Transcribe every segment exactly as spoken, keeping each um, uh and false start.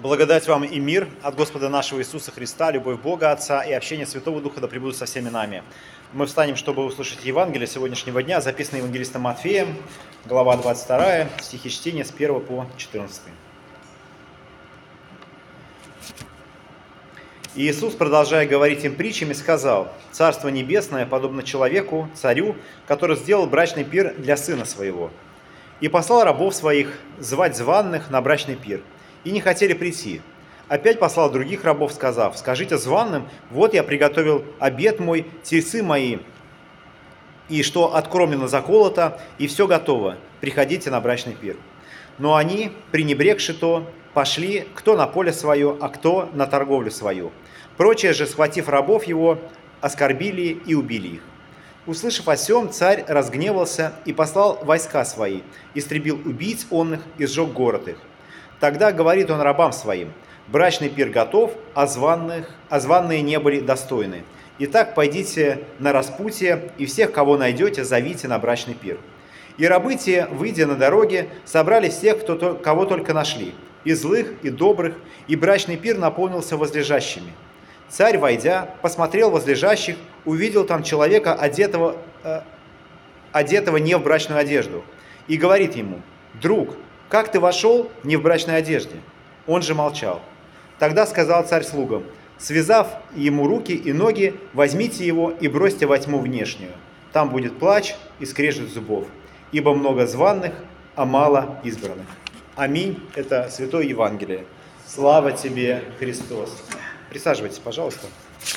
Благодать вам и мир от Господа нашего Иисуса Христа, любовь Бога Отца и общение Святого Духа да пребудут со всеми нами. Мы встанем, чтобы услышать Евангелие сегодняшнего дня, записанное Евангелистом Матфеем, глава двадцать вторая, стихи чтения с первого по четырнадцатый. И Иисус, продолжая говорить им притчами, сказал: «Царство небесное подобно человеку, царю, который сделал брачный пир для сына своего, и послал рабов своих звать званных на брачный пир, и не хотели прийти. Опять послал других рабов, сказав: скажите званным, вот я приготовил обед мой, тельцы мои, и что откормлено заколото, и все готово, приходите на брачный пир. Но они, пренебрегши то, пошли, кто на поле свое, а кто на торговлю свою. Прочие же, схватив рабов его, оскорбили и убили их. Услышав о сем, царь разгневался и послал войска свои, истребил убийц онных и сжег город их. Тогда говорит он рабам своим: брачный пир готов, а, званных, а званные не были достойны. Итак, пойдите на распутье, и всех, кого найдете, зовите на брачный пир. И рабы те, выйдя на дороге, собрали всех, кто, кого только нашли, и злых, и добрых, и брачный пир наполнился возлежащими. Царь, войдя, посмотрел возлежащих, увидел там человека, одетого, э, одетого не в брачную одежду, и говорит ему: друг, как ты вошел не в брачной одежде? Он же молчал. Тогда сказал царь слугам: связав ему руки и ноги, возьмите его и бросьте во тьму внешнюю. Там будет плач и скрежет зубов, ибо много званых, а мало избранных. Аминь. Это Святое Евангелие. Слава тебе, Христос. Присаживайтесь, пожалуйста.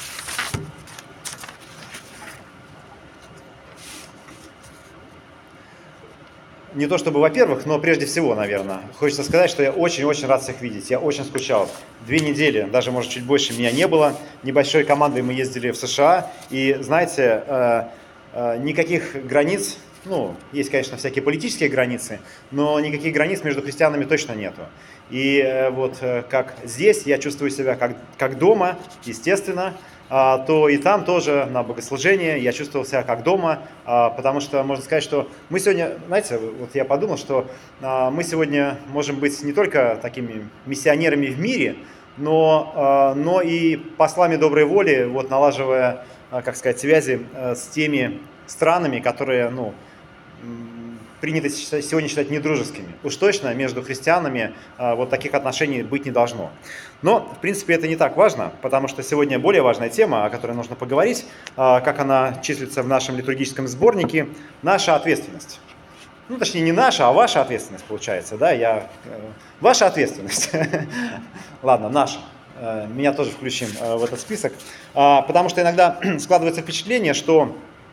Не то чтобы, во-первых, но прежде всего, наверное, хочется сказать, что я очень-очень рад всех видеть. Я очень скучал. Две недели, даже, может, чуть больше меня не было. Небольшой командой мы ездили в США. И, знаете, э, э, никаких границ, ну, есть, конечно, всякие политические границы, но никаких границ между христианами точно нету. И э, вот э, как здесь я чувствую себя как, как дома, естественно, а, то и там тоже на богослужении я чувствовал себя как дома, а, потому что можно сказать, что мы сегодня, знаете, вот я подумал, что а, мы сегодня можем быть не только такими миссионерами в мире, но, а, но и послами доброй воли, вот налаживая, а, как сказать, связи а, с теми странами, которые, ну, принято сегодня считать недружескими. Уж точно между христианами а, вот таких отношений быть не должно. Но, в принципе, это не так важно, потому что сегодня более важная тема, о которой нужно поговорить, а, как она числится в нашем литургическом сборнике, наша ответственность. Ну, точнее, не наша, а ваша ответственность, получается, да, я... Ваша ответственность. Ладно, наша. Меня тоже включим в этот список, потому что иногда складывается впечатление, что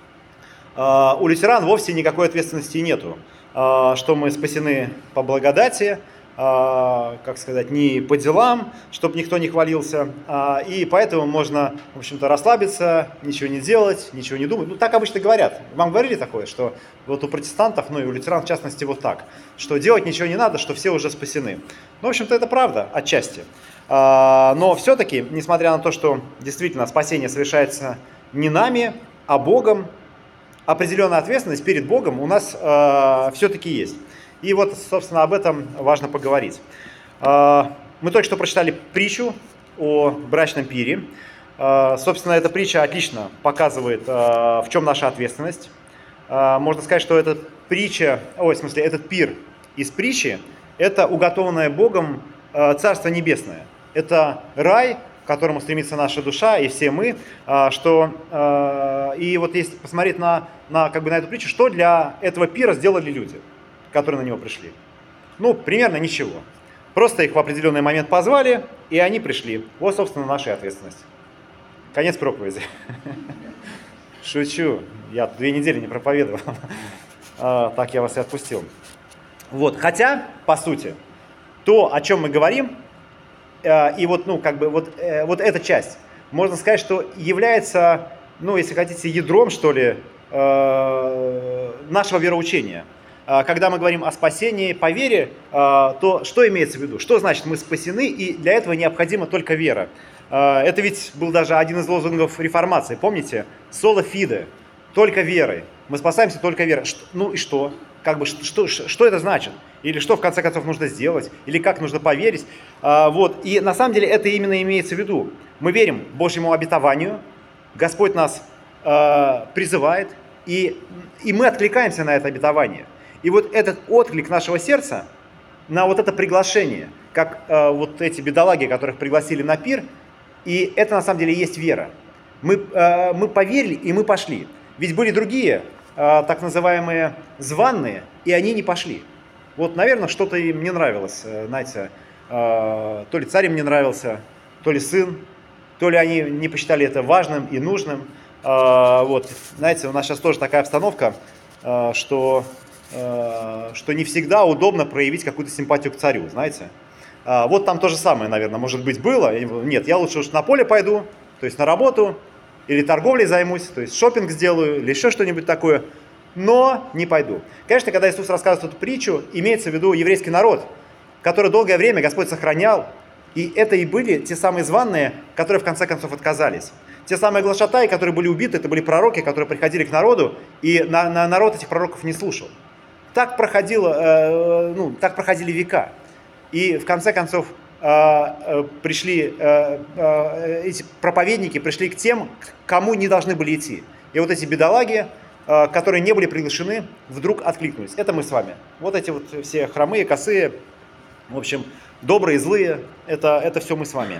у лютеран вовсе никакой ответственности нету, что мы спасены по благодати, как сказать, не по делам, чтобы никто не хвалился, и поэтому можно, в общем-то, расслабиться, ничего не делать, ничего не думать. Ну, так обычно говорят. Вам говорили такое, что вот у протестантов, ну и у лютеран в частности, вот так, что делать ничего не надо, что все уже спасены. Ну, в общем-то, это правда, отчасти. Но все-таки, несмотря на то, что действительно спасение совершается не нами, а Богом, определенная ответственность перед Богом у нас э, все-таки есть. И вот, собственно, об этом важно поговорить. Э, мы только что прочитали притчу о брачном пире. Э, собственно, эта притча отлично показывает, э, в чем наша ответственность. Э, можно сказать, что эта притча, ой, в смысле, этот пир из притчи – это уготованное Богом э, Царство Небесное. Это рай, к которому стремится наша душа и все мы, что и вот если посмотреть на, на, как бы на эту притчу, что для этого пира сделали люди, которые на него пришли. Ну, примерно ничего. Просто их в определенный момент позвали, и они пришли. Вот, собственно, наша ответственность. Конец проповеди. Шучу. Я две недели не проповедовал. Так я вас и отпустил. Вот. Хотя, по сути, то, о чем мы говорим, и вот, ну, как бы, вот, вот эта часть, можно сказать, что является, ну, если хотите, ядром, что ли, нашего вероучения. Когда мы говорим о спасении по вере, то что имеется в виду? Что значит мы спасены, и для этого необходима только вера? Это ведь был даже один из лозунгов реформации, помните? Соло фиде, только верой. Мы спасаемся только верой. Ну и что? Как бы, что, что, что это значит? или что в конце концов нужно сделать, или как нужно поверить. А, вот. И на самом деле это именно имеется в виду. Мы верим Божьему обетованию, Господь нас э, призывает, и, и мы откликаемся на это обетование. И вот этот отклик нашего сердца на вот это приглашение, как э, вот эти бедолаги, которых пригласили на пир, и это на самом деле и есть вера. Мы, э, мы поверили, и мы пошли. Ведь были другие, э, так называемые званные, и они не пошли. Вот, наверное, что-то им не нравилось, э, знаете, э, то ли царь им не нравился, то ли сын, то ли они не посчитали это важным и нужным. Э, вот, знаете, у нас сейчас тоже такая обстановка, э, что, э, что не всегда удобно проявить какую-то симпатию к царю, знаете. Э, вот там то же самое, наверное, может быть, было. Нет, я лучше уж на поле пойду, то есть на работу, или торговлей займусь, то есть шопинг сделаю, или еще что-нибудь такое, но не пойду. Конечно, когда Иисус рассказывает эту притчу, имеется в виду еврейский народ, который долгое время Господь сохранял, и это и были те самые званные, которые в конце концов отказались. Те самые глашатаи, которые были убиты, это были пророки, которые приходили к народу, и на, на народ этих пророков не слушал. Так, проходило, э, ну, так проходили века. И в конце концов э, э, пришли, э, э, эти проповедники пришли к тем, к кому не должны были идти. И вот эти бедолаги, э, которые не были приглашены, вдруг откликнулись. Это мы с вами. Вот эти вот все хромые, косые, в общем, добрые, злые, это, это все мы с вами.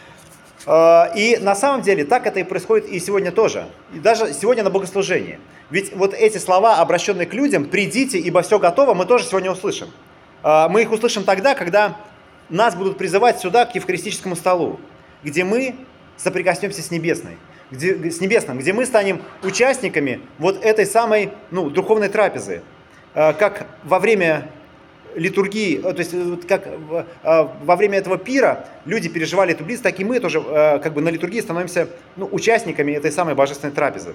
И на самом деле так это и происходит и сегодня тоже. И даже сегодня на богослужении. Ведь вот эти слова, обращенные к людям, «придите, ибо все готово», мы тоже сегодня услышим. Мы их услышим тогда, когда нас будут призывать сюда, к евхаристическому столу, где мы соприкоснемся с небесной, где, с небесным, где мы станем участниками вот этой самой, ну, духовной трапезы. Как во время литургии, то есть как во время этого пира люди переживали эту близость, так и мы тоже как бы на литургии становимся, ну, участниками этой самой божественной трапезы.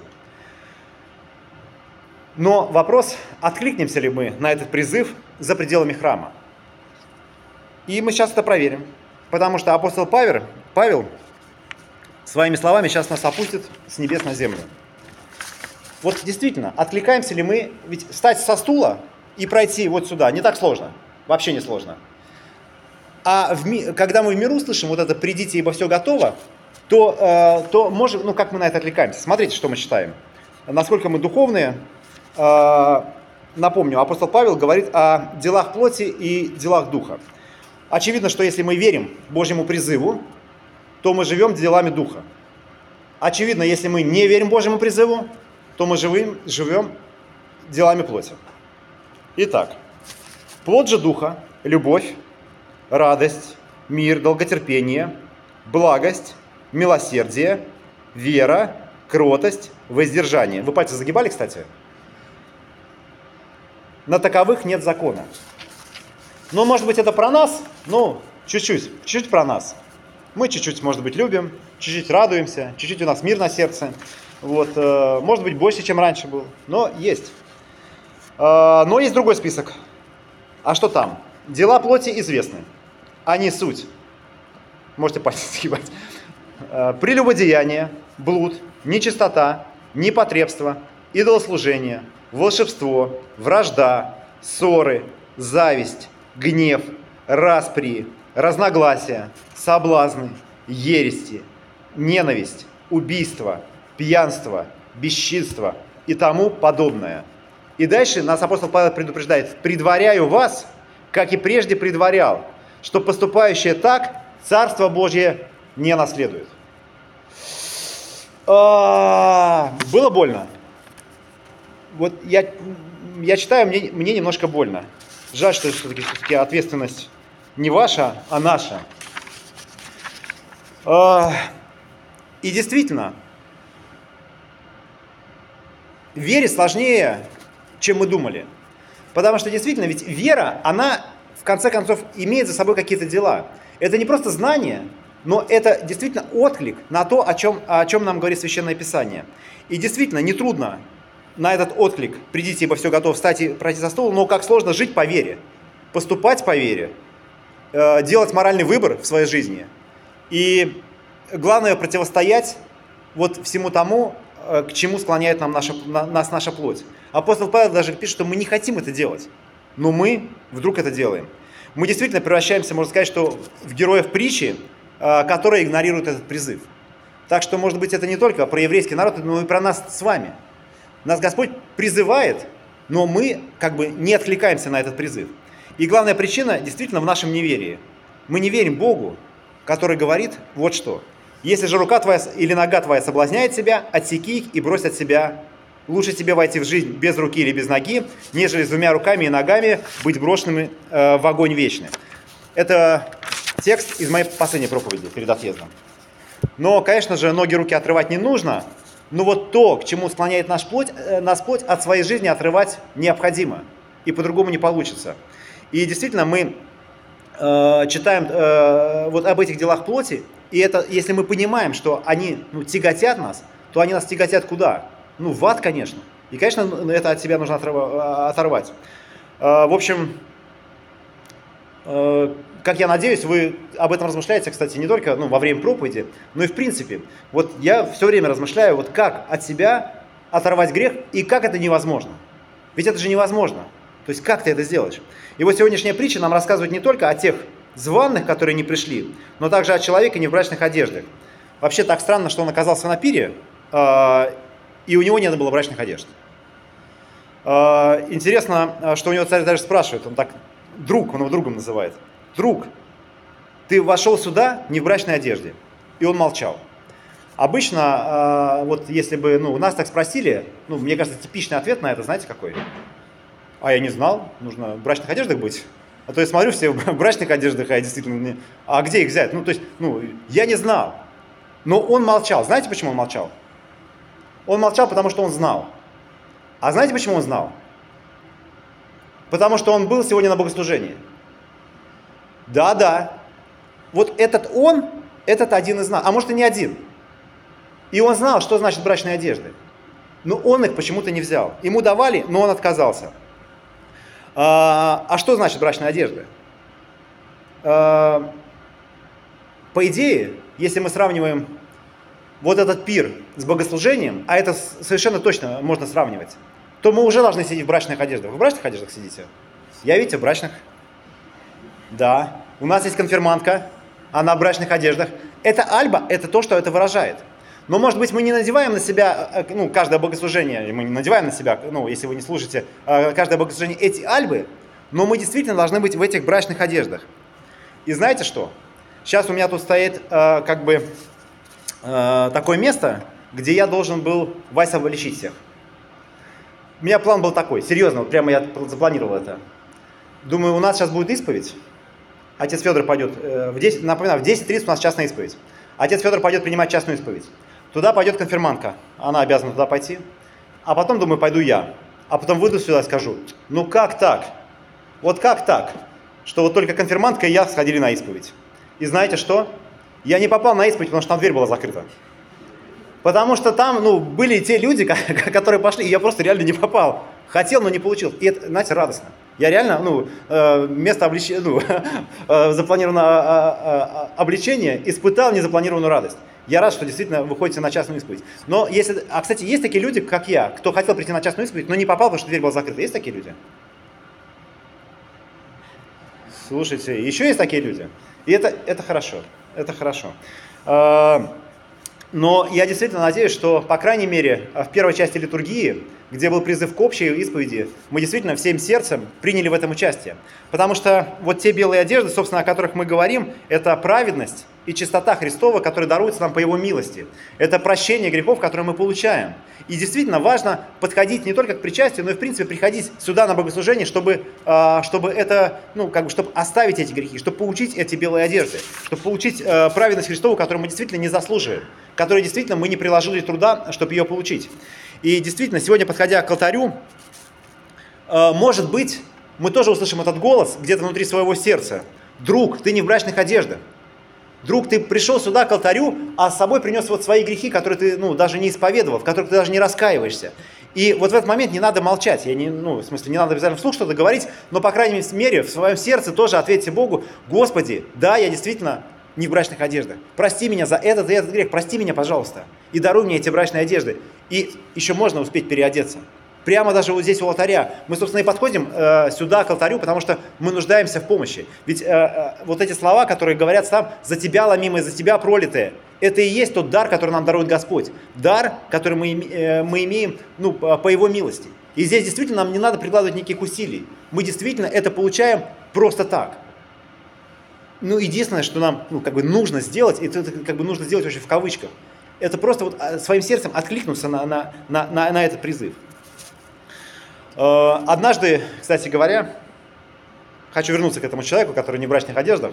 Но вопрос, откликнемся ли мы на этот призыв за пределами храма. И мы сейчас это проверим, потому что апостол Павел, Павел своими словами сейчас нас опустит с небес на землю. Вот действительно, откликаемся ли мы, ведь встать со стула и пройти вот сюда не так сложно, вообще не сложно. А в ми... когда мы в миру слышим вот это «придите, ибо все готово», то, э, то можем, ну как мы на это откликаемся? Смотрите, что мы читаем. Насколько мы духовные. Э, напомню, апостол Павел говорит о делах плоти и делах духа. Очевидно, что если мы верим Божьему призыву, то мы живем делами духа. Очевидно, если мы не верим Божьему призыву, то мы живем, живем делами плоти. Итак, плод же духа – любовь, радость, мир, долготерпение, благость, милосердие, вера, кротость, воздержание. Вы пальцы загибали, кстати? На таковых нет закона. Но, может быть, это про нас? Ну, чуть-чуть, чуть-чуть про нас. Мы чуть-чуть, может быть, любим, чуть-чуть радуемся, чуть-чуть у нас мир на сердце. Вот, э, может быть, больше, чем раньше был, но есть. Э, но есть другой список. А что там? Дела плоти известны. Они суть. Можете пальцы сгибать. Э, прелюбодеяние, блуд, нечистота, непотребство, идолослужение, волшебство, вражда, ссоры, зависть, гнев, распри, разногласия, соблазны, ерести, ненависть, убийство, пьянство, бесчинство и тому подобное. И дальше нас апостол Павел предупреждает: «Предваряю вас, как и прежде предварял, что поступающее так Царство Божье не наследует». А, было больно. Вот я, я читаю, мне, мне немножко больно. Жаль, что все-таки, все-таки ответственность не ваша, а наша. А, и действительно, вере сложнее, чем мы думали. Потому что действительно, ведь вера, она в конце концов имеет за собой какие-то дела. Это не просто знание, но это действительно отклик на то, о чем, о чем нам говорит Священное Писание. И действительно, нетрудно на этот отклик «придите, ибо все готово, встать и пройти за стол», но как сложно жить по вере, поступать по вере, делать моральный выбор в своей жизни. И главное противостоять вот всему тому, к чему склоняет нам наша, нас наша плоть. Апостол Павел даже пишет, что мы не хотим это делать. но мы вдруг это делаем. Мы действительно превращаемся, можно сказать, что в героев притчи, которые игнорируют этот призыв. Так что, может быть, это не только про еврейский народ, но и про нас с вами. Нас Господь призывает, но мы как бы не откликаемся на этот призыв. И главная причина действительно в нашем неверии. Мы не верим Богу, который говорит вот что. Если же рука твоя или нога твоя соблазняет тебя, отсеки их и брось от себя. Лучше тебе войти в жизнь без руки или без ноги, нежели с двумя руками и ногами быть брошенными э, в огонь вечный. Это текст из моей последней проповеди перед отъездом. Но, конечно же, ноги, руки отрывать не нужно, но вот то, к чему склоняет наш плоть, э, нас плоть, от своей жизни отрывать необходимо, и по-другому не получится. И действительно, мы э, читаем э, вот об этих делах плоти, и это, если мы понимаем, что они ну, тяготят нас, то они нас тяготят куда? Ну, в ад, конечно. И, конечно, это от себя нужно оторвать. В общем, как я надеюсь, вы об этом размышляете, кстати, не только ну, во время проповеди, но и в принципе. Вот я все время размышляю, вот как от себя оторвать грех и как это невозможно. Ведь это же невозможно. То есть как ты это сделаешь? И вот сегодняшняя притча нам рассказывает не только о тех званых, которые не пришли, но также о человеке не в брачных одеждах. Вообще так странно, что он оказался на пире, и у него не было брачных одежд. Интересно, что у него царь даже спрашивает, он так, друг, он его другом называет. Друг, ты вошел сюда не в брачной одежде. И он молчал. Обычно, вот если бы ну, нас так спросили, ну, мне кажется, типичный ответ на это, знаете, какой? А я не знал, нужно в брачных одеждах быть. А то я смотрю, все в брачных одеждах, а я действительно не... А где их взять? Ну, то есть, ну, я не знал. Но он молчал. Знаете, почему он молчал? Он молчал, потому что он знал. А знаете, почему он знал? Потому что он был сегодня на богослужении. Да-да. Вот этот он, этот один из нас. А может и не один. И он знал, что значит брачные одежды. Но он их почему-то не взял. Ему давали, но он отказался. А, а что значит брачная одежда? А, по идее, если мы сравниваем вот этот пир с богослужением, а это совершенно точно можно сравнивать, то мы уже должны сидеть в брачных одеждах. Вы в брачных одеждах сидите? Я, видите, в брачных. Да. У нас есть конфирмантка, она в брачных одеждах. Это альба, это то, что это выражает. Но, может быть, мы не надеваем на себя, ну, каждое богослужение, мы не надеваем на себя, ну, если вы не слушаете, каждое богослужение эти альбы, но мы действительно должны быть в этих брачных одеждах. И знаете что? Сейчас у меня тут стоит, как бы, такое место, где я должен был вас обличить всех. У меня план был такой, серьезно, вот прямо я запланировал это. Думаю, у нас сейчас будет исповедь. Отец Федор пойдет, в десять, напоминаю, в десять тридцать у нас частная исповедь. Отец Федор пойдет принимать частную исповедь. Туда пойдет конфирмантка, она обязана туда пойти. А потом, думаю, пойду я. А потом выйду сюда и скажу, ну как так? Вот как так? Что вот только конфирмантка и я сходили на исповедь. И знаете что? Я не попал на исповедь, потому что там дверь была закрыта. Потому что там, ну, были те люди, которые пошли, и я просто реально не попал. Хотел, но не получил. И это, знаете, радостно. Я реально, ну, место обличения, ну, запланированное обличение испытал незапланированную радость. Я рад, что действительно вы ходите на частную исповедь. Но если, а, кстати, есть такие люди, как я, кто хотел прийти на частную исповедь, но не попал, потому что дверь была закрыта. Есть такие люди? Слушайте, еще есть такие люди. И это, это хорошо. Это хорошо. Но я действительно надеюсь, что, по крайней мере, в первой части литургии, где был призыв к общей исповеди, мы действительно всем сердцем приняли в этом участие. Потому что вот те белые одежды, собственно, о которых мы говорим, это праведность и чистота Христова, которая даруется нам по Его милости. Это прощение грехов, которые мы получаем. И действительно важно подходить не только к причастию, но и, в принципе, приходить сюда на богослужение, чтобы, чтобы это, ну, как бы, чтобы оставить эти грехи, чтобы получить эти белые одежды, чтобы получить праведность Христову, которую мы действительно не заслуживаем, которой действительно мы не приложили труда, чтобы ее получить. И действительно, сегодня, подходя к алтарю, может быть, мы тоже услышим этот голос где-то внутри своего сердца. Друг, ты не в брачных одеждах. Друг, ты пришел сюда к алтарю, а с собой принес вот свои грехи, которые ты, ну, даже не исповедовал, в которых ты даже не раскаиваешься. И вот в этот момент не надо молчать. Я не, ну, в смысле, не надо обязательно вслух что-то говорить, но, по крайней мере, в своем сердце тоже ответьте Богу: Господи, да, я действительно не в брачных одеждах. Прости меня за этот и этот грех. Прости меня, пожалуйста. И даруй мне эти брачные одежды. И еще можно успеть переодеться. Прямо даже вот здесь у алтаря. Мы, собственно, и подходим э, сюда, к алтарю, потому что мы нуждаемся в помощи. Ведь э, э, вот эти слова, которые говорят там, за тебя ломимые, за тебя пролитые, это и есть тот дар, который нам дарует Господь. Дар, который мы, э, мы имеем ну, по Его милости. И здесь действительно нам не надо прикладывать никаких усилий. Мы действительно это получаем просто так. Ну, единственное, что нам ну, как бы нужно сделать, и это как бы нужно сделать очень в кавычках, это просто вот своим сердцем откликнуться на, на, на, на, на этот призыв. Однажды, кстати говоря, хочу вернуться к этому человеку, который не в брачных одеждах.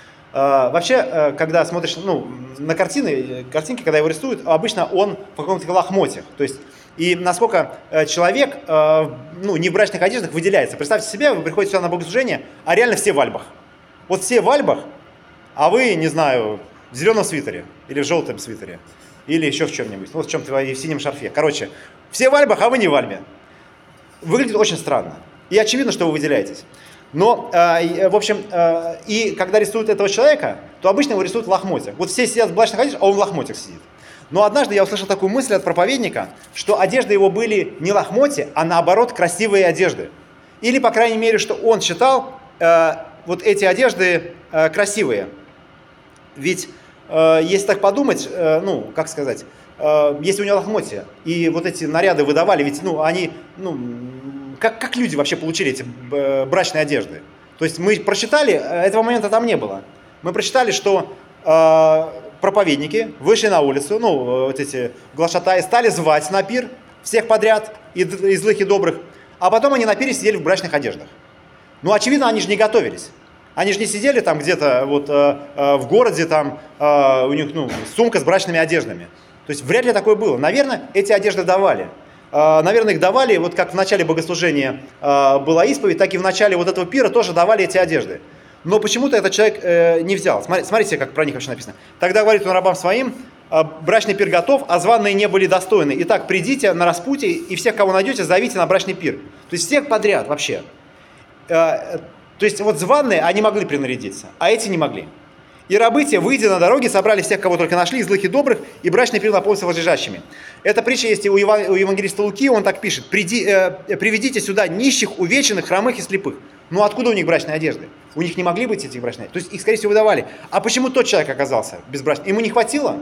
Вообще, когда смотришь ну, на картины, картинки, когда его рисуют, обычно он в каком-то лохмотьях. То есть, и насколько человек ну, не в брачных одеждах выделяется. Представьте себе, вы приходите сюда на богослужение, а реально все в альбах. Вот все в альбах, а вы, не знаю, в зеленом свитере или в желтом свитере. Или еще в чем-нибудь. Ну, вот в чем-то и в синем шарфе. Короче, все в альбах, а вы не в альбе. Выглядит очень странно. И очевидно, что вы выделяетесь. Но, э, в общем, э, и когда рисуют этого человека, то обычно его рисуют в лохмотьях. Вот все сидят в брачных одеждах, а он в лохмотьях сидит. Но однажды я услышал такую мысль от проповедника, что одежды его были не лохмотья, а наоборот красивые одежды. Или, по крайней мере, что он считал э, вот эти одежды э, красивые. Ведь, э, если так подумать, э, ну, как сказать... Если у него лохмотья, и вот эти наряды выдавали, ведь ну, они, ну, как, как люди вообще получили эти брачные одежды? То есть мы прочитали, этого момента там не было. Мы прочитали, что э, проповедники вышли на улицу, ну, вот эти глашатаи, стали звать на пир всех подряд, и, и злых, и добрых, а потом они на пире сидели в брачных одеждах. Ну, очевидно, они же не готовились. Они же не сидели там где-то вот, э, э, в городе, там э, у них ну, сумка с брачными одеждами. То есть вряд ли такое было. Наверное, эти одежды давали. Наверное, их давали, вот как в начале богослужения была исповедь, так и в начале вот этого пира тоже давали эти одежды. Но почему-то этот человек не взял. Смотрите, как про них вообще написано. Тогда говорит он рабам своим, брачный пир готов, а званые не были достойны. Итак, придите на распутье и всех, кого найдете, зовите на брачный пир. То есть всех подряд вообще. То есть вот званые, они могли принарядиться, а эти не могли. И рабы те, выйдя на дороге, собрали всех, кого только нашли, злых и добрых, и брачный пир наполнился возлежащими. Эта притча есть и у, Eva, у евангелиста Луки, он так пишет: Приди, э, «Приведите сюда нищих, увеченных, хромых и слепых». Ну откуда у них брачные одежды? У них не могли быть эти брачные одежды. То есть их, скорее всего, выдавали. А почему тот человек оказался без брачной? Ему не хватило?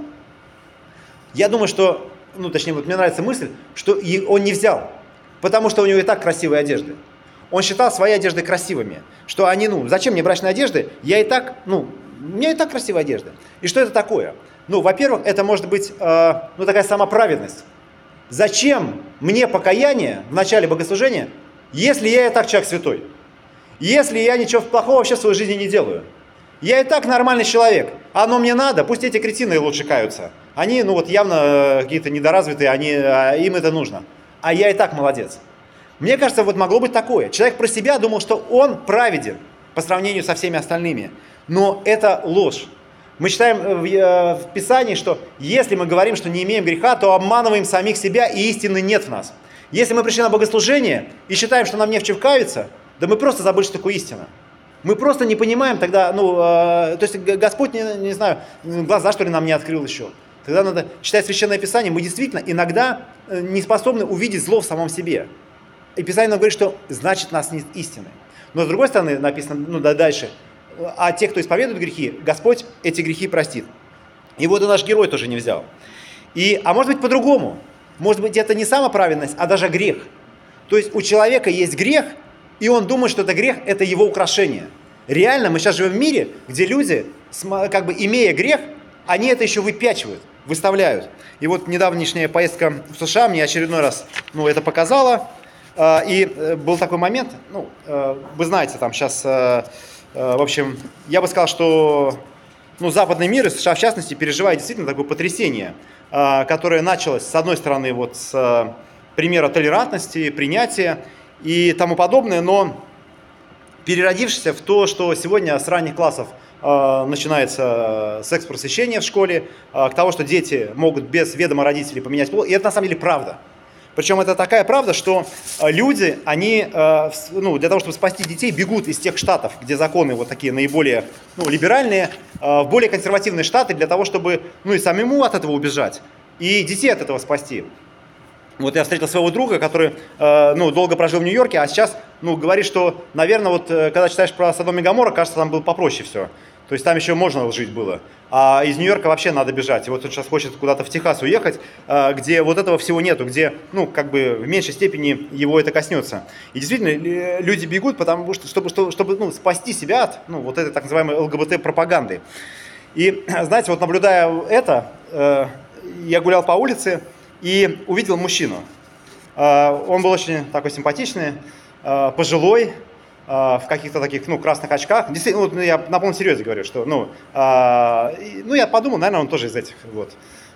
Я думаю, что, ну точнее, вот мне нравится мысль, что он не взял, потому что у него и так красивые одежды. Он считал свои одежды красивыми, что они, ну, зачем мне брачные одежды? Я и так, ну, у меня и так красивая одежда. И что это такое? Ну, во-первых, это может быть, э, ну, такая самоправедность. Зачем мне покаяние в начале богослужения, если я и так человек святой? Если я ничего плохого вообще в своей жизни не делаю? Я и так нормальный человек. Оно мне надо, пусть эти кретины лучше каются. Они, ну, вот явно какие-то недоразвитые, они, им это нужно. А я и так молодец. Мне кажется, вот могло быть такое. Человек про себя думал, что он праведен по сравнению со всеми остальными. Но это ложь. Мы читаем в, в Писании, что если мы говорим, что не имеем греха, то обманываем самих себя, и истины нет в нас. Если мы пришли на богослужение и считаем, что нам не в чем каяться, да мы просто забыли, что такое истина. Мы просто не понимаем тогда, ну, э, то есть Господь, не, не знаю, глаза, что ли, нам не открыл еще. Тогда надо читать Священное Писание. Мы действительно иногда не способны увидеть зло в самом себе. И Писание нам говорит, что значит нас нет истины. Но с другой стороны написано, ну да, дальше, а те, кто исповедует грехи, Господь эти грехи простит. И вот и наш герой тоже не взял. И, а может быть по-другому. Может быть это не самоправедность, а даже грех. То есть у человека есть грех, и он думает, что это грех, это его украшение. Реально мы сейчас живем в мире, где люди, как бы имея грех, они это еще выпячивают, выставляют. И вот недавнешняя поездка в США мне очередной раз ну, это показала. И был такой момент, ну, вы знаете, там сейчас, в общем, я бы сказал, что ну, западный мир, и США в частности, переживает действительно такое потрясение, которое началось, с одной стороны, вот с примера толерантности, принятия и тому подобное, но переродившееся в то, что сегодня с ранних классов начинается секс-просвещение в школе, к тому, что дети могут без ведома родителей поменять пол, и это на самом деле правда. Причем это такая правда, что люди, они, ну, для того, чтобы спасти детей, бегут из тех штатов, где законы вот такие наиболее ну, либеральные, в более консервативные штаты, для того, чтобы ну, и самому от этого убежать, и детей от этого спасти. Вот я встретил своего друга, который, э, ну, долго прожил в Нью-Йорке, а сейчас, ну, говорит, что, наверное, вот, э, когда читаешь про Содом и Гоморру, кажется, там было попроще все. То есть там еще можно жить было. А из Нью-Йорка вообще надо бежать. И вот он сейчас хочет куда-то в Техас уехать, э, где вот этого всего нету, где, ну, как бы в меньшей степени его это коснется. И действительно, люди бегут, потому что, чтобы, чтобы, чтобы ну, спасти себя от, ну, вот этой так называемой ЛГБТ-пропаганды. И, знаете, вот наблюдая это, э, я гулял по улице, и увидел мужчину. Он был очень такой симпатичный, пожилой, в каких-то таких, ну, красных очках. Действительно, ну, я на полном серьезе говорю, что, ну, ну, я подумал, наверное, он тоже из этих, вот.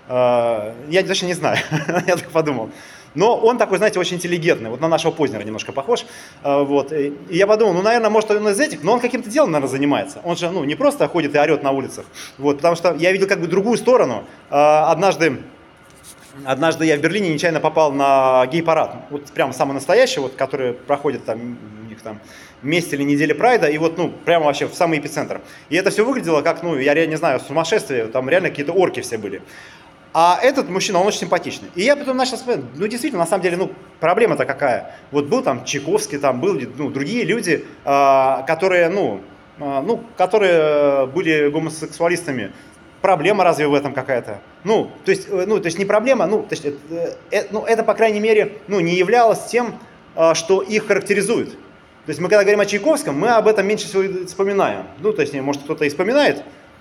Я даже не знаю, я так подумал. Но он такой, знаете, очень интеллигентный, вот на нашего Познера немножко похож, вот. И я подумал, ну, наверное, может, он из этих, но он каким-то делом, наверное, занимается. Он же, ну, не просто ходит и орет на улицах, вот, потому что я видел как бы другую сторону. Однажды Однажды я в Берлине нечаянно попал на гей-парад, вот прям самый настоящий, вот, который проходит там, у них там месяц или неделя прайда, и вот, ну, прямо вообще в самый эпицентр. И это все выглядело как, ну, я реально не знаю, сумасшествие, там реально какие-то орки все были. А этот мужчина, он очень симпатичный. И я потом начал вспоминать, ну, действительно, на самом деле, ну, проблема-то какая? Вот был там Чайковский, там были, ну, другие люди, э, которые, ну, э, ну, которые были гомосексуалистами. Проблема разве в этом какая-то? Ну, то есть, ну, то есть не проблема, ну, то есть, это, это, ну, это, по крайней мере, ну, не являлось тем, что их характеризует. То есть мы, когда говорим о Чайковском, мы об этом меньше всего вспоминаем. Ну, то есть, может, кто-то и вспоминает.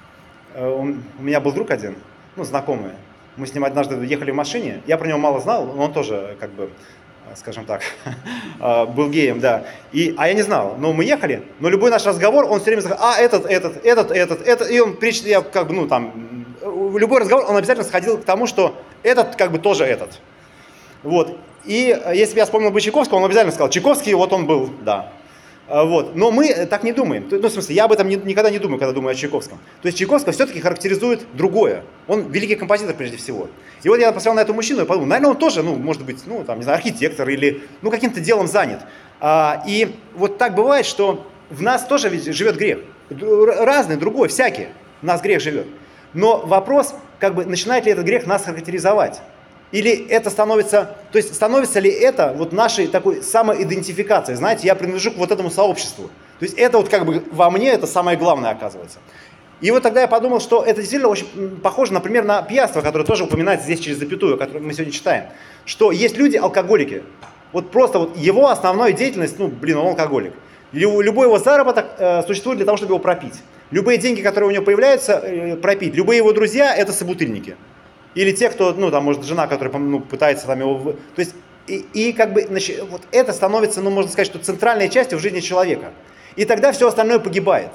У меня был друг один, ну, знакомый. Мы с ним однажды ехали в машине, я про него мало знал, но он тоже, как бы, скажем так, был геем, да. И, а я не знал, но мы ехали, но любой наш разговор, он все время сказал, а, этот, этот, этот, этот, этот, и он, я как бы, ну, там, любой разговор, он обязательно сходил к тому, что этот, как бы, тоже этот. Вот. И если бы я вспомнил бы Чайковского, он обязательно сказал, Чайковский, вот он был, да. Вот. Но мы так не думаем. Ну, в смысле, я об этом не, никогда не думаю, когда думаю о Чайковском. То есть Чайковского все-таки характеризует другое. Он великий композитор прежде всего. И вот я посмотрел на этого мужчину и подумал, наверное, он тоже, ну, может быть, ну, там, не знаю, архитектор или, ну, каким-то делом занят. А, и вот так бывает, что в нас тоже ведь живет грех. Разный, другой, всякий. В нас грех живет. Но вопрос, как бы, начинает ли этот грех нас характеризовать? Или это становится, то есть становится ли это вот нашей такой самоидентификацией? Знаете, я принадлежу к вот этому сообществу. То есть это вот как бы во мне это самое главное оказывается. И вот тогда я подумал, что это действительно очень похоже, например, на пьянство, которое тоже упоминается здесь через запятую, которое мы сегодня читаем. Что есть люди-алкоголики. Вот просто вот его основная деятельность, ну, блин, он алкоголик. Любой его заработок э, существует для того, чтобы его пропить. Любые деньги, которые у него появляются, э, пропить. Любые его друзья – это собутыльники. Или те, кто, ну, там, может, жена, которая, ну, пытается там его... То есть, и, и как бы, значит, вот это становится, ну, можно сказать, что центральной частью в жизни человека. И тогда все остальное погибает.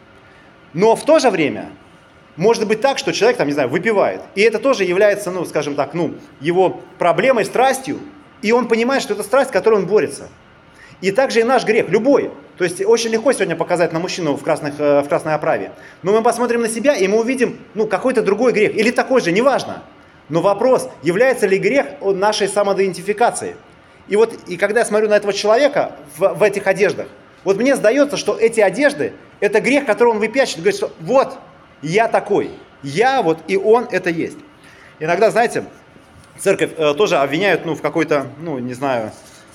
Но в то же время может быть так, что человек, там, не знаю, выпивает. И это тоже является, ну, скажем так, ну, его проблемой, страстью. И он понимает, что это страсть, с которой он борется. И также и наш грех, любой. То есть очень легко сегодня показать на мужчину в, красных, в красной оправе. Но мы посмотрим на себя, и мы увидим, ну, какой-то другой грех. Или такой же, неважно. Но вопрос, является ли грех нашей самоидентификацией. И вот, и когда я смотрю на этого человека в, в этих одеждах, вот мне сдается, что эти одежды, это грех, который он выпячивает, говорит, что вот, я такой, я вот, и он это есть. Иногда, знаете, церковь э, тоже обвиняют, ну, в какой-то, ну, не знаю,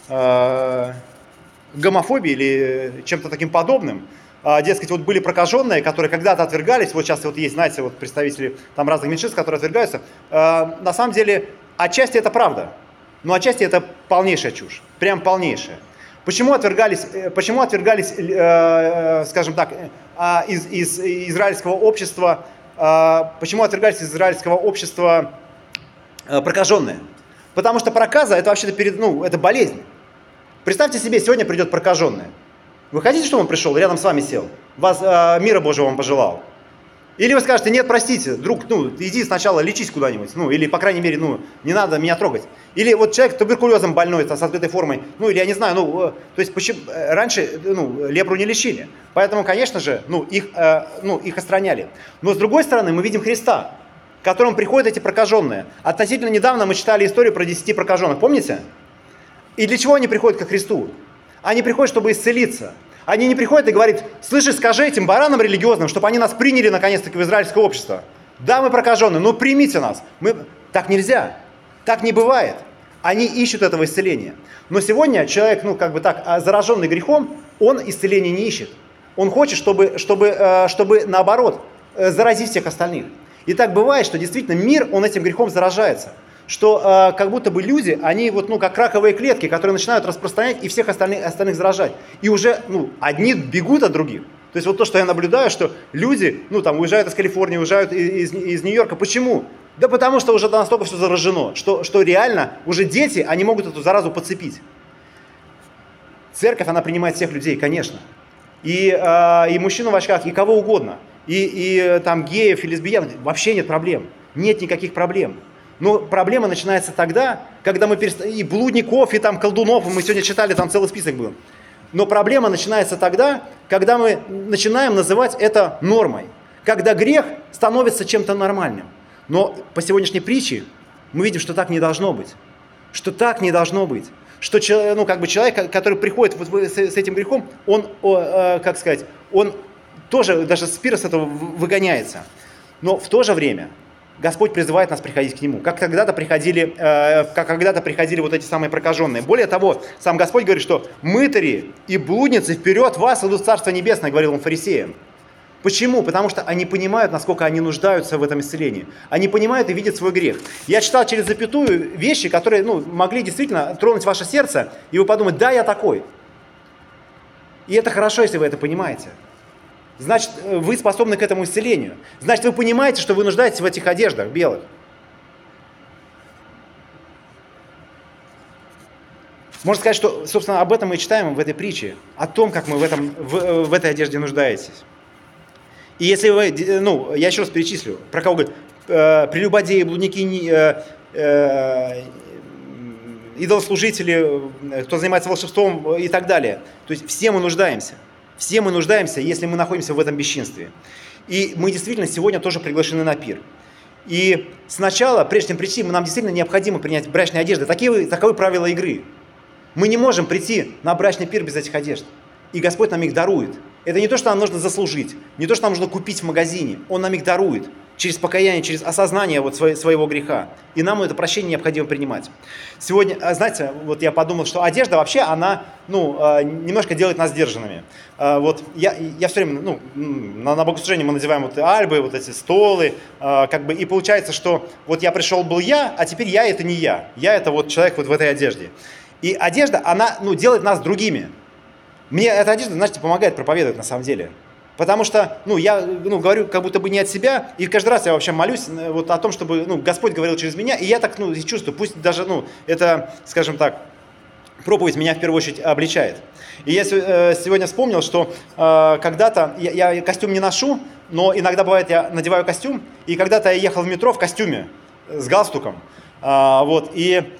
э, гомофобии или чем-то таким подобным. Uh, дескать, вот были прокаженные, которые когда-то отвергались, вот сейчас вот есть, знаете, вот представители там разных меньшинств, которые отвергаются. Uh, на самом деле, отчасти это правда, но отчасти это полнейшая чушь, прям полнейшая. Почему отвергались, почему отвергались, uh, скажем так, uh, из, из израильского общества, uh, почему отвергались из израильского общества uh, прокаженные? Потому что проказа это вообще-то перед, ну, это болезнь. Представьте себе, сегодня придет прокаженный. Вы хотите, чтобы он пришел, рядом с вами сел? Вас э, мира Божьего вам пожелал? Или вы скажете, нет, простите, друг, ну, иди сначала лечись куда-нибудь, ну, или, по крайней мере, ну, не надо меня трогать. Или вот человек туберкулезом больной, с открытой формой, ну, или я не знаю, ну, э, то есть, почему, э, раньше, ну, лепру не лечили, поэтому, конечно же, ну, их, э, ну, их отстраняли. Но, с другой стороны, мы видим Христа, к которому приходят эти прокаженные. Относительно недавно мы читали историю про десяти прокаженных, помните? И для чего они приходят ко Христу? Они приходят, чтобы исцелиться. Они не приходят и говорят, слышишь, скажи этим баранам религиозным, чтобы они нас приняли наконец-таки в израильское общество. Да, мы прокаженные, но примите нас. Мы... Так нельзя. Так не бывает. Они ищут этого исцеления. Но сегодня человек, ну, как бы так, зараженный грехом, он исцеления не ищет. Он хочет, чтобы, чтобы, чтобы наоборот, заразить всех остальных. И так бывает, что действительно мир, он этим грехом заражается. Что как будто бы люди, они вот, ну, как раковые клетки, которые начинают распространять и всех остальных, остальных заражать. И уже, ну, одни бегут от других. То есть вот то, что я наблюдаю, что люди, ну, там, уезжают из Калифорнии, уезжают из, из Нью-Йорка. Почему? Да потому что уже настолько все заражено, что, что реально уже дети, они могут эту заразу подцепить. Церковь, она принимает всех людей, конечно. И, э, и мужчину в очках, и кого угодно. И, и там геев, и лесбиян. Вообще нет проблем. Нет никаких проблем. Но проблема начинается тогда, когда мы перестаем... И блудников, и там колдунов, мы сегодня читали, там целый список был. Но проблема начинается тогда, когда мы начинаем называть это нормой. Когда грех становится чем-то нормальным. Но по сегодняшней притче мы видим, что так не должно быть. Что так не должно быть. Что, ну, как бы человек, который приходит вот с этим грехом, он, как сказать, он тоже даже с пира с этого выгоняется. Но в то же время Господь призывает нас приходить к Нему. Как когда-то приходили, как когда-то приходили вот эти самые прокаженные. Более того, сам Господь говорит, что мытари и блудницы вперед вас идут в Царство Небесное, говорил Он фарисеям. Почему? Потому что они понимают, насколько они нуждаются в этом исцелении. Они понимают и видят свой грех. Я читал через запятую вещи, которые, ну, могли действительно тронуть ваше сердце, и вы подумаете, да, я такой. И это хорошо, если вы это понимаете. Значит, вы способны к этому исцелению. Значит, вы понимаете, что вы нуждаетесь в этих одеждах белых. Можно сказать, что, собственно, об этом мы и читаем в этой притче. О том, как мы в, этом, в, в этой одежде нуждаетесь. И если вы, ну, я еще раз перечислю, про кого говорит, э, прелюбодеи, блудники, э, э, идолослужители, кто занимается волшебством и так далее. То есть все мы нуждаемся. Все мы нуждаемся, если мы находимся в этом бесчинстве. И мы действительно сегодня тоже приглашены на пир. И сначала, прежде чем прийти, нам действительно необходимо принять брачные одежды. Такие, таковы правила игры. Мы не можем прийти на брачный пир без этих одежд. И Господь нам их дарует. Это не то, что нам нужно заслужить, не то, что нам нужно купить в магазине. Он нам их дарует через покаяние, через осознание вот своего греха. И нам это прощение необходимо принимать. Сегодня, знаете, вот я подумал, что одежда вообще, она, ну, немножко делает нас сдержанными. Вот я, я все время, ну, на, на богослужении мы надеваем вот альбы, вот эти столы, как бы, и получается, что вот я пришел, был я, а теперь я это не я. Я это вот человек вот в этой одежде. И одежда, она, ну, делает нас другими. Мне эта одежда, знаете, помогает проповедовать на самом деле. Потому что, ну, я, ну, говорю как будто бы не от себя, и каждый раз я вообще молюсь вот о том, чтобы, ну, Господь говорил через меня, и я так, ну, чувствую, пусть даже, ну, это, скажем так, проповедь меня в первую очередь обличает. И я сегодня вспомнил, что э, когда-то, я, я костюм не ношу, но иногда бывает, я надеваю костюм, и когда-то я ехал в метро в костюме с галстуком, э, вот, и...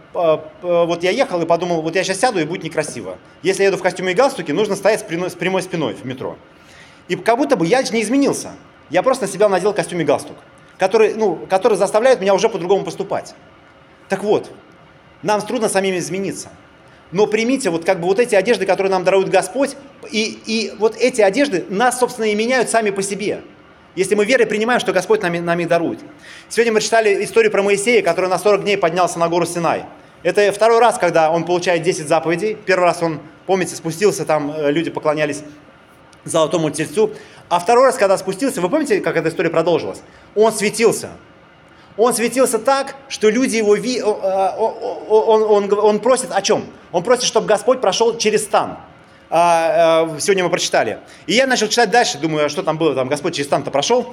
Вот я ехал и подумал, вот я сейчас сяду и будет некрасиво. Если я еду в костюме и галстуке, нужно стоять с прямой, с прямой спиной в метро. И как будто бы я не изменился. Я просто на себя надел костюм и галстук, который, ну, который заставляет меня уже по-другому поступать. Так вот, нам трудно самим измениться. Но примите вот как бы вот эти одежды, которые нам дарует Господь, и, и вот эти одежды нас, собственно, и меняют сами по себе. Если мы верой принимаем, что Господь нам, нам их дарует. Сегодня мы читали историю про Моисея, который на сорок дней поднялся на гору Синай. Это второй раз, когда он получает десять заповедей. Первый раз он, помните, спустился, там люди поклонялись золотому тельцу. А второй раз, когда спустился, вы помните, как эта история продолжилась? Он светился. Он светился так, что люди его... Ви... Он, он, он, он просит о чем? Он просит, чтобы Господь прошел через стан. Сегодня мы прочитали. И я начал читать дальше, думаю, а что там было, там Господь через стан-то прошел?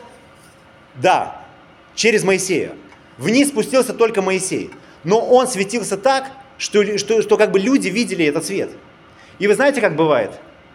Да, через Моисея. Вниз спустился только Моисей. Но он светился так, что, что, что как бы люди видели этот свет. И вы знаете, как бывает?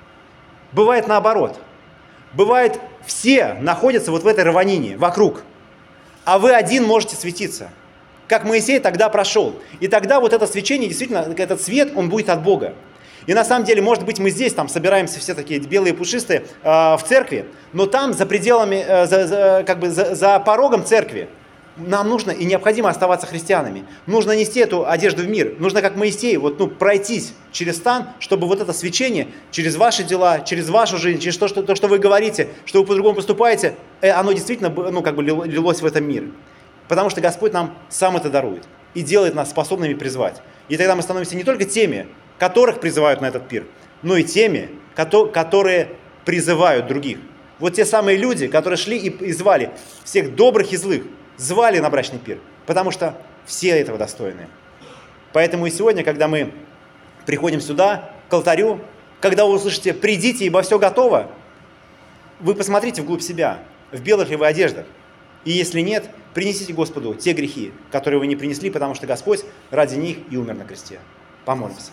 Бывает наоборот. Бывает, все находятся вот в этой равнине, вокруг. А вы один можете светиться. Как Моисей тогда прошел. И тогда вот это свечение, действительно, этот свет, он будет от Бога. И на самом деле, может быть, мы здесь там собираемся все такие белые пушистые э, в церкви, но там за пределами, э, за, за, как бы за, за порогом церкви нам нужно и необходимо оставаться христианами. Нужно нести эту одежду в мир. Нужно, как Моисей, вот, ну, пройтись через стан, чтобы вот это свечение через ваши дела, через вашу жизнь, через то, что, то, что вы говорите, что вы по-другому поступаете, э, оно действительно, ну, как бы лилось в этом мир. Потому что Господь нам сам это дарует. и делает нас способными призвать. И тогда мы становимся не только теми, которых призывают на этот пир, но и теми, которые призывают других. Вот те самые люди, которые шли и звали всех добрых и злых, звали на брачный пир, потому что все этого достойны. Поэтому и сегодня, когда мы приходим сюда, к алтарю, когда вы услышите «придите, ибо все готово», вы посмотрите вглубь себя, в белых ли вы одеждах. И если нет, принесите Господу те грехи, которые вы не принесли, потому что Господь ради них и умер на кресте. Помолимся.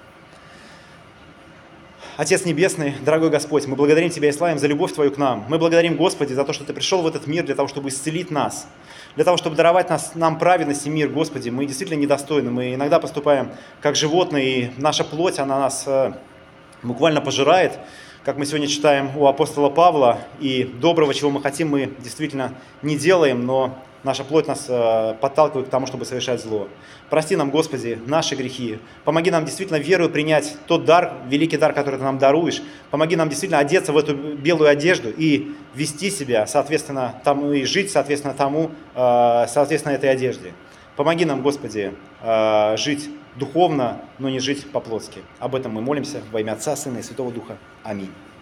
Отец Небесный, дорогой Господь, мы благодарим Тебя и славим за любовь Твою к нам. Мы благодарим, Господи, за то, что Ты пришел в этот мир для того, чтобы исцелить нас, для того, чтобы даровать нас, нам праведность и мир, Господи. Мы действительно недостойны, мы иногда поступаем как животные, и наша плоть, она нас э, буквально пожирает, как мы сегодня читаем у апостола Павла, и доброго, чего мы хотим, мы действительно не делаем, но наша плоть нас э, подталкивает к тому, чтобы совершать зло. Прости нам, Господи, наши грехи. Помоги нам действительно верою принять тот дар, великий дар, который Ты нам даруешь. Помоги нам действительно одеться в эту белую одежду и вести себя, соответственно, тому, и жить, соответственно, тому, э, соответственно, этой одежде. Помоги нам, Господи, э, жить духовно, но не жить по-плотски. Об этом мы молимся во имя Отца, Сына и Святого Духа. Аминь.